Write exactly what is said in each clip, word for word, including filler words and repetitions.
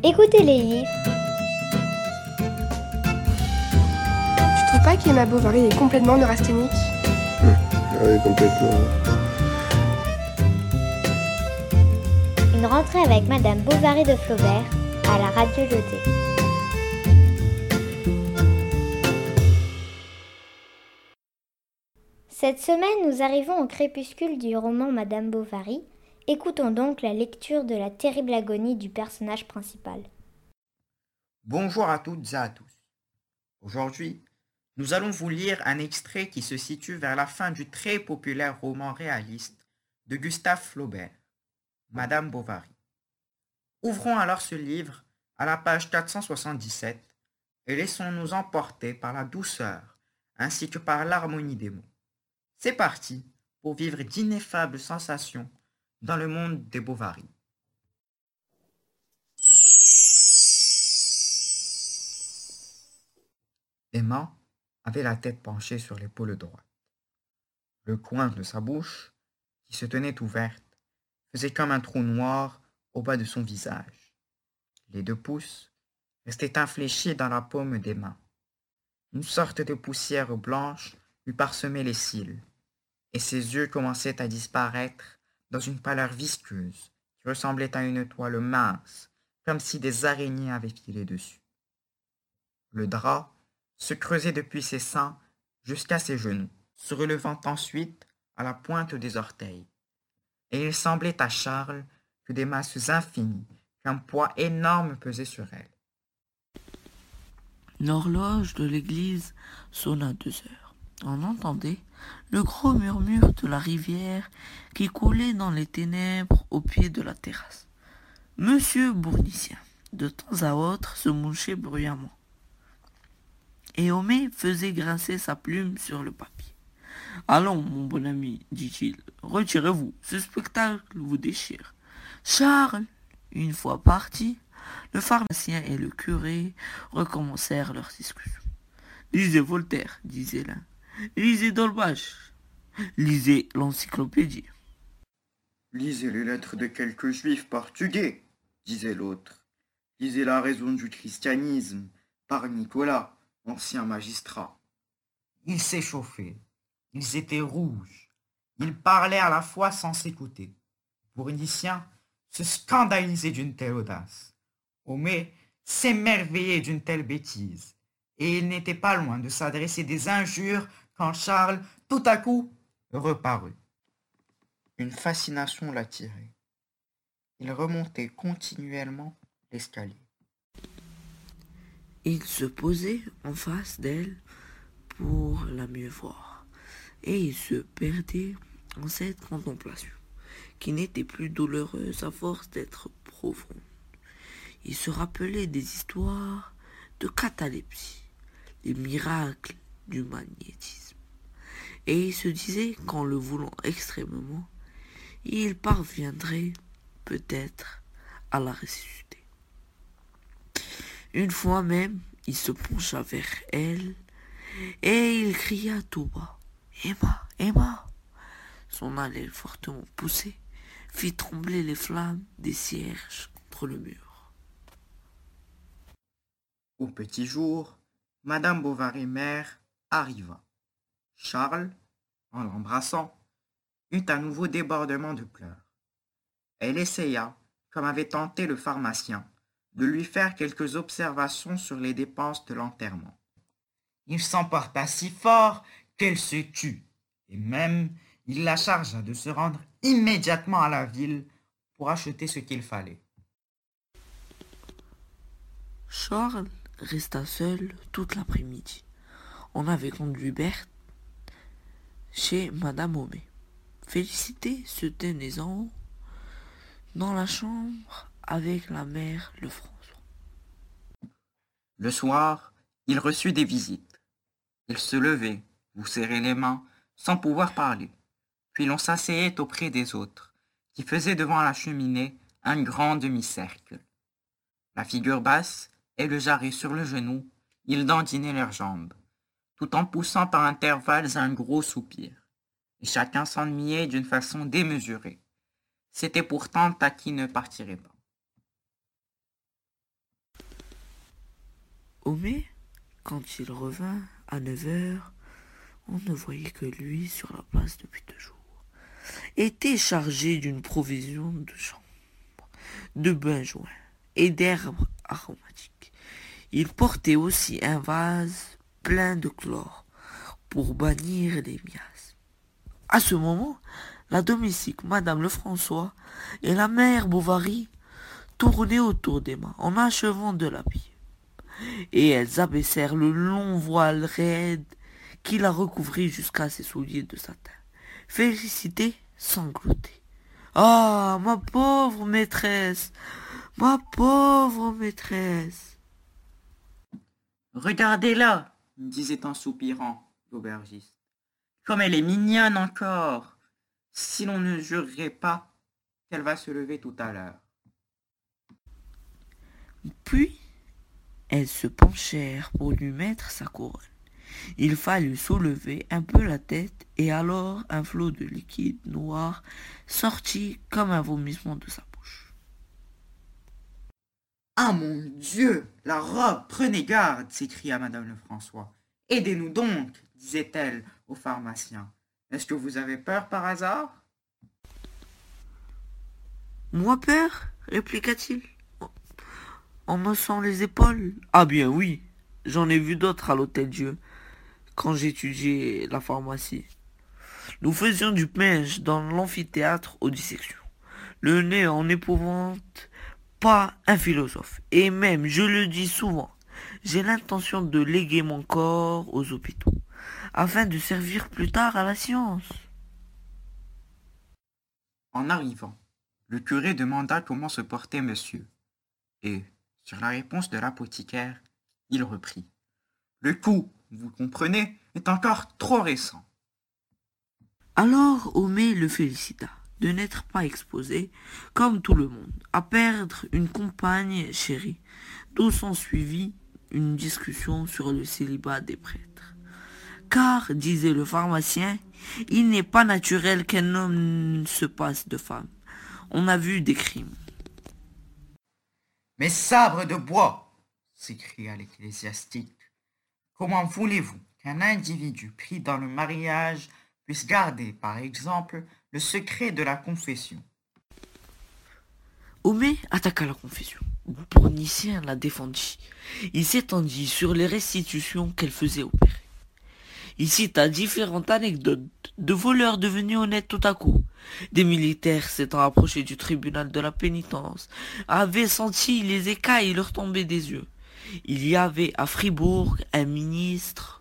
Écoutez les livres. Tu trouves pas qu'Emma Bovary est complètement neurasthénique ? Oui, complètement. Une rentrée avec Madame Bovary de Flaubert à la radio Lyoté. Cette semaine, nous arrivons au crépuscule du roman Madame Bovary. Écoutons donc la lecture de la terrible agonie du personnage principal. Bonjour à toutes et à tous. Aujourd'hui, nous allons vous lire un extrait qui se situe vers la fin du très populaire roman réaliste de Gustave Flaubert, Madame Bovary. Ouvrons alors ce livre à la page quatre cent soixante-dix-sept et laissons-nous emporter par la douceur ainsi que par l'harmonie des mots. C'est parti pour vivre d'ineffables sensations dans le monde des Bovary. Emma avait la tête penchée sur l'épaule droite. Le coin de sa bouche, qui se tenait ouverte, faisait comme un trou noir au bas de son visage. Les deux pouces restaient infléchis dans la paume des mains. Une sorte de poussière blanche lui parsemait les cils, et ses yeux commençaient à disparaître dans une pâleur visqueuse qui ressemblait à une toile mince, comme si des araignées avaient filé dessus. Le drap se creusait depuis ses seins jusqu'à ses genoux, se relevant ensuite à la pointe des orteils, et il semblait à Charles que des masses infinies, qu'un poids énorme pesait sur elle. L'horloge de l'église sonna deux heures. On entendait le gros murmure de la rivière qui coulait dans les ténèbres au pied de la terrasse. Monsieur Bournicien, de temps à autre, se mouchait bruyamment. Et Homais faisait grincer sa plume sur le papier. « Allons, mon bon ami, dit-il, retirez-vous, ce spectacle vous déchire. » Charles, une fois parti, le pharmacien et le curé recommencèrent leur discussion. « Lisez Voltaire, disait l'un. Lisez Dolbach. Lisez l'encyclopédie. »« Lisez les lettres de quelques juifs portugais, disait l'autre. Lisez la raison du christianisme par Nicolas, ancien magistrat. » Ils s'échauffaient, ils étaient rouges, ils parlaient à la fois sans s'écouter. Bournicien se scandalisait d'une telle audace. Homais s'émerveillait d'une telle bêtise, et il n'était pas loin de s'adresser des injures quand Charles, tout à coup, reparut. Une fascination l'attirait. Il remontait continuellement l'escalier. Il se posait en face d'elle pour la mieux voir, et il se perdait en cette contemplation, qui n'était plus douloureuse à force d'être profonde. Il se rappelait des histoires de catalepsie, les miracles du magnétisme, et il se disait qu'en le voulant extrêmement, il parviendrait peut-être à la ressusciter. Une fois même, il se pencha vers elle et il cria tout bas « Emma, Emma !» Son haleine fortement poussée fit trembler les flammes des cierges contre le mur. Au petit jour, Madame Bovary mère arriva. Charles, en l'embrassant, eut un nouveau débordement de pleurs. Elle essaya, comme avait tenté le pharmacien, de lui faire quelques observations sur les dépenses de l'enterrement. Il s'emporta si fort qu'elle se tut, et même il la chargea de se rendre immédiatement à la ville pour acheter ce qu'il fallait. Charles resta seul toute l'après-midi. On avait conduit Berthe chez Madame Homais. Félicité se tenait en haut, dans la chambre avec la mère Lefrançois. Le soir, il reçut des visites. Il se levait, vous serrait les mains, sans pouvoir parler. Puis l'on s'asseyait auprès des autres, qui faisaient devant la cheminée un grand demi-cercle. La figure basse et le jarret sur le genou, ils dandinaient leurs jambes, tout en poussant par intervalles un gros soupir. Et chacun s'ennuyait d'une façon démesurée. C'était pourtant à qui ne partirait pas. Homais, quand il revint à neuf heures, on ne voyait que lui sur la place depuis deux jours, était chargé d'une provision de chambres, de bains-joints et d'herbes aromatiques. Il portait aussi un vase plein de chlore pour bannir les miasmes. À ce moment, la domestique Madame Lefrançois et la mère Bovary tournaient autour d'Emma en achevant de l'habiller, et elles abaissèrent le long voile raide qui la recouvrit jusqu'à ses souliers de satin. Félicité sanglotait. « Ah, ma pauvre maîtresse, ma pauvre maîtresse !» « Regardez-la, disait en soupirant l'aubergiste. Comme elle est mignonne encore, si l'on ne jurerait pas qu'elle va se lever tout à l'heure. » Puis, elles se penchèrent pour lui mettre sa couronne. Il fallut soulever un peu la tête, et alors un flot de liquide noir sortit comme un vomissement de sa bouche. « Ah mon Dieu, la robe, prenez garde !» s'écria Madame Lefrançois. « Aidez-nous donc, disait-elle au pharmacien. Est-ce que vous avez peur par hasard ?»« Moi peur ?» répliqua-t-il, en massant les épaules. « Ah bien oui, j'en ai vu d'autres à l'Hôtel-Dieu, quand j'étudiais la pharmacie. Nous faisions du pinche dans l'amphithéâtre aux dissections, le nez en épouvante, pas un philosophe. Et même, je le dis souvent, j'ai l'intention de léguer mon corps aux hôpitaux, afin de servir plus tard à la science. » En arrivant, le curé demanda comment se portait monsieur, et, sur la réponse de l'apothicaire, il reprit. « Le coup, vous comprenez, est encore trop récent. » Alors Homais le félicita de n'être pas exposé, comme tout le monde, à perdre une compagne chérie, d'où s'ensuivit une discussion sur le célibat des prêtres. Car, disait le pharmacien, il n'est pas naturel qu'un homme se passe de femme. On a vu des crimes. « Mais sabre de bois !» s'écria l'ecclésiastique. « Comment voulez-vous qu'un individu pris dans le mariage puisse garder, par exemple, le secret de la confession ?» Homais attaqua la confession. Bournicien la défendit. Il s'étendit sur les restitutions qu'elle faisait opérer. Il cita différentes anecdotes de voleurs devenus honnêtes tout à coup. Des militaires s'étant approchés du tribunal de la pénitence avaient senti les écailles leur tomber des yeux. Il y avait à Fribourg un ministre.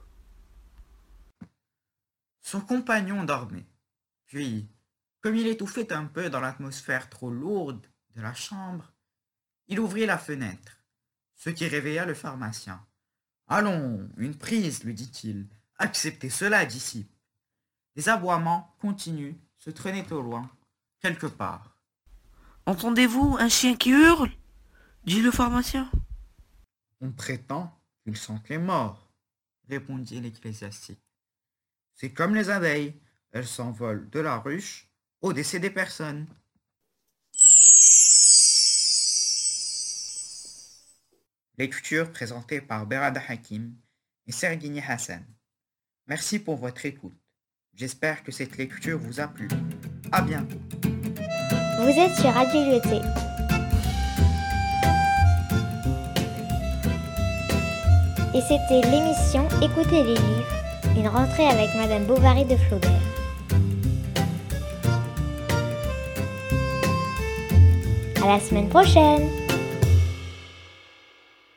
Son compagnon dormait. Puis, comme il étouffait un peu dans l'atmosphère trop lourde de la chambre, il ouvrit la fenêtre, ce qui réveilla le pharmacien. « Allons, une prise, lui dit-il. Acceptez cela, disciple. » Les aboiements continus se traînaient au loin, quelque part. « Entendez-vous un chien qui hurle ?» dit le pharmacien. « On prétend qu'il sent les morts, » répondit l'ecclésiastique. « C'est comme les abeilles, elles s'envolent de la ruche au décès des personnes. » Lecture présentée par Berada Hakim et Sergini Hassan. Merci pour votre écoute. J'espère que cette lecture vous a plu. À bientôt. Vous êtes sur Radio Lyoté. Et c'était l'émission Écoutez les livres, une rentrée avec Madame Bovary de Flaubert. À la semaine prochaine!